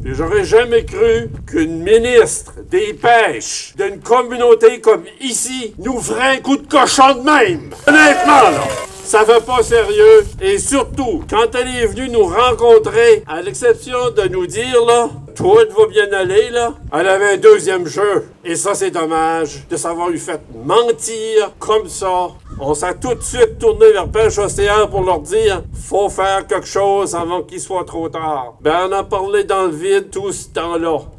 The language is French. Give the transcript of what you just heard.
Puis j'aurais jamais cru qu'une ministre des Pêches d'une communauté comme ici nous ferait un coup de cochon de même. Honnêtement, là, ça fait pas sérieux. Et surtout, quand elle est venue nous rencontrer, à l'exception de nous dire, là, tout va bien aller, là, elle avait un deuxième jeu. Et ça, c'est dommage de s'avoir eu fait mentir comme ça. On s'est tout de suite tourné vers Pêche Océan pour leur dire faut faire quelque chose avant qu'il soit trop tard. Ben, on a parlé dans le vide tout ce temps-là.